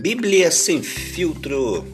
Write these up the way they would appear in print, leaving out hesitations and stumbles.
Bíblia Sem Filtro.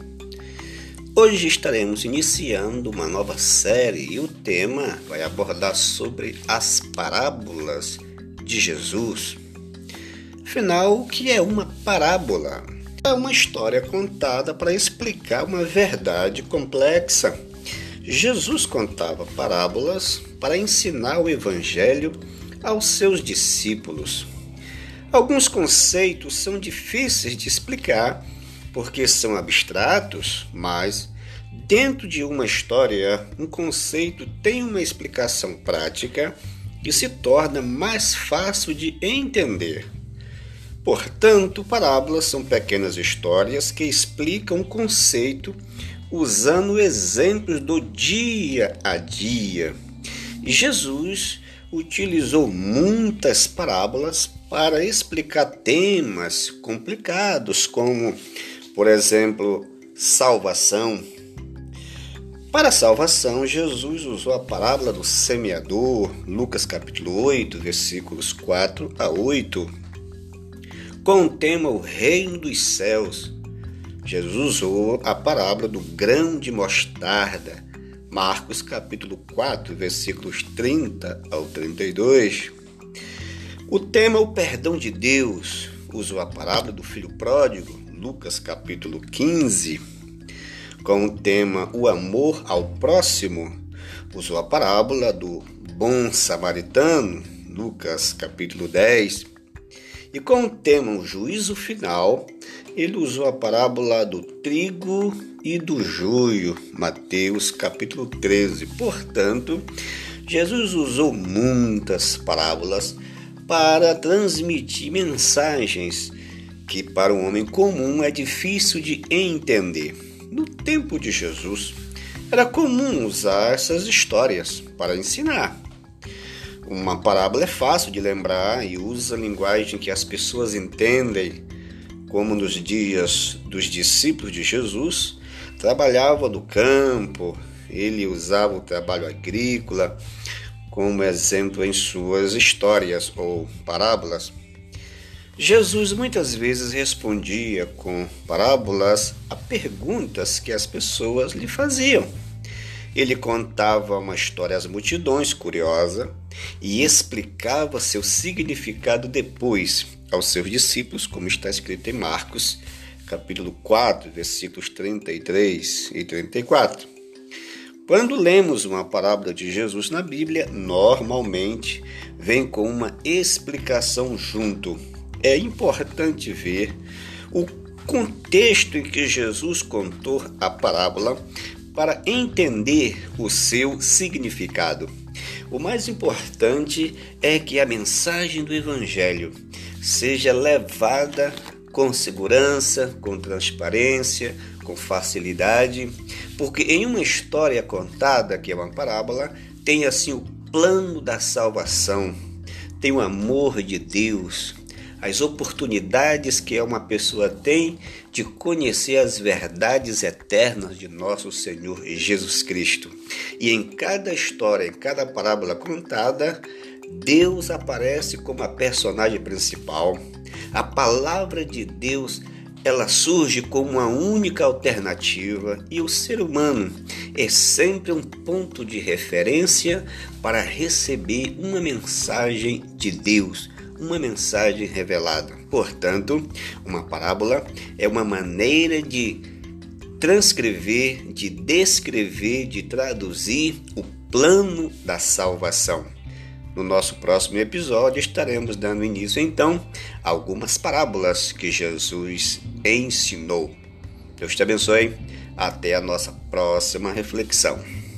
Hoje estaremos iniciando uma nova série e o tema vai abordar sobre as parábolas de Jesus. Afinal, o que é uma parábola? É uma história contada para explicar uma verdade complexa. Jesus contava parábolas para ensinar o Evangelho aos seus discípulos. Alguns conceitos são difíceis de explicar porque são abstratos, mas dentro de uma história, um conceito tem uma explicação prática que se torna mais fácil de entender. Portanto, parábolas são pequenas histórias que explicam um conceito usando exemplos do dia a dia. E Jesus utilizou muitas parábolas para explicar temas complicados, como, por exemplo, salvação. Para a salvação, Jesus usou a parábola do semeador, Lucas capítulo 8, versículos 4 a 8, com o tema O Reino dos Céus. Jesus usou a parábola do grão de mostarda, Marcos capítulo 4, versículos 30 ao 32. O tema O Perdão de Deus, usou a parábola do filho pródigo, Lucas capítulo 15. Com o tema O Amor ao Próximo, usou a parábola do bom samaritano, Lucas capítulo 10. E com o tema O Juízo Final, ele usou a parábola do trigo e do joio, Mateus capítulo 13. Portanto, Jesus usou muitas parábolas para transmitir mensagens que para um homem comum é difícil de entender. No tempo de Jesus, era comum usar essas histórias para ensinar. Uma parábola é fácil de lembrar e usa a linguagem que as pessoas entendem, como nos dias dos discípulos de Jesus, trabalhava no campo, ele usava o trabalho agrícola como exemplo em suas histórias ou parábolas. Jesus muitas vezes respondia com parábolas a perguntas que as pessoas lhe faziam. Ele contava uma história às multidões curiosa e explicava seu significado depois aos seus discípulos, como está escrito em Marcos, capítulo 4, versículos 33 e 34. Quando lemos uma parábola de Jesus na Bíblia, normalmente vem com uma explicação junto. É importante ver o contexto em que Jesus contou a parábola para entender o seu significado. O mais importante é que a mensagem do Evangelho seja levada com segurança, com transparência, com facilidade, porque em uma história contada, que é uma parábola, tem assim o plano da salvação, tem o amor de Deus, as oportunidades que uma pessoa tem de conhecer as verdades eternas de nosso Senhor Jesus Cristo. E em cada história, em cada parábola contada, Deus aparece como a personagem principal. A palavra de Deus, ela surge como uma única alternativa e o ser humano é sempre um ponto de referência para receber uma mensagem de Deus, uma mensagem revelada. Portanto, uma parábola é uma maneira de transcrever, de descrever, de traduzir o plano da salvação. No nosso próximo episódio estaremos dando início, então, a algumas parábolas que Jesus ensinou. Deus te abençoe. Até a nossa próxima reflexão.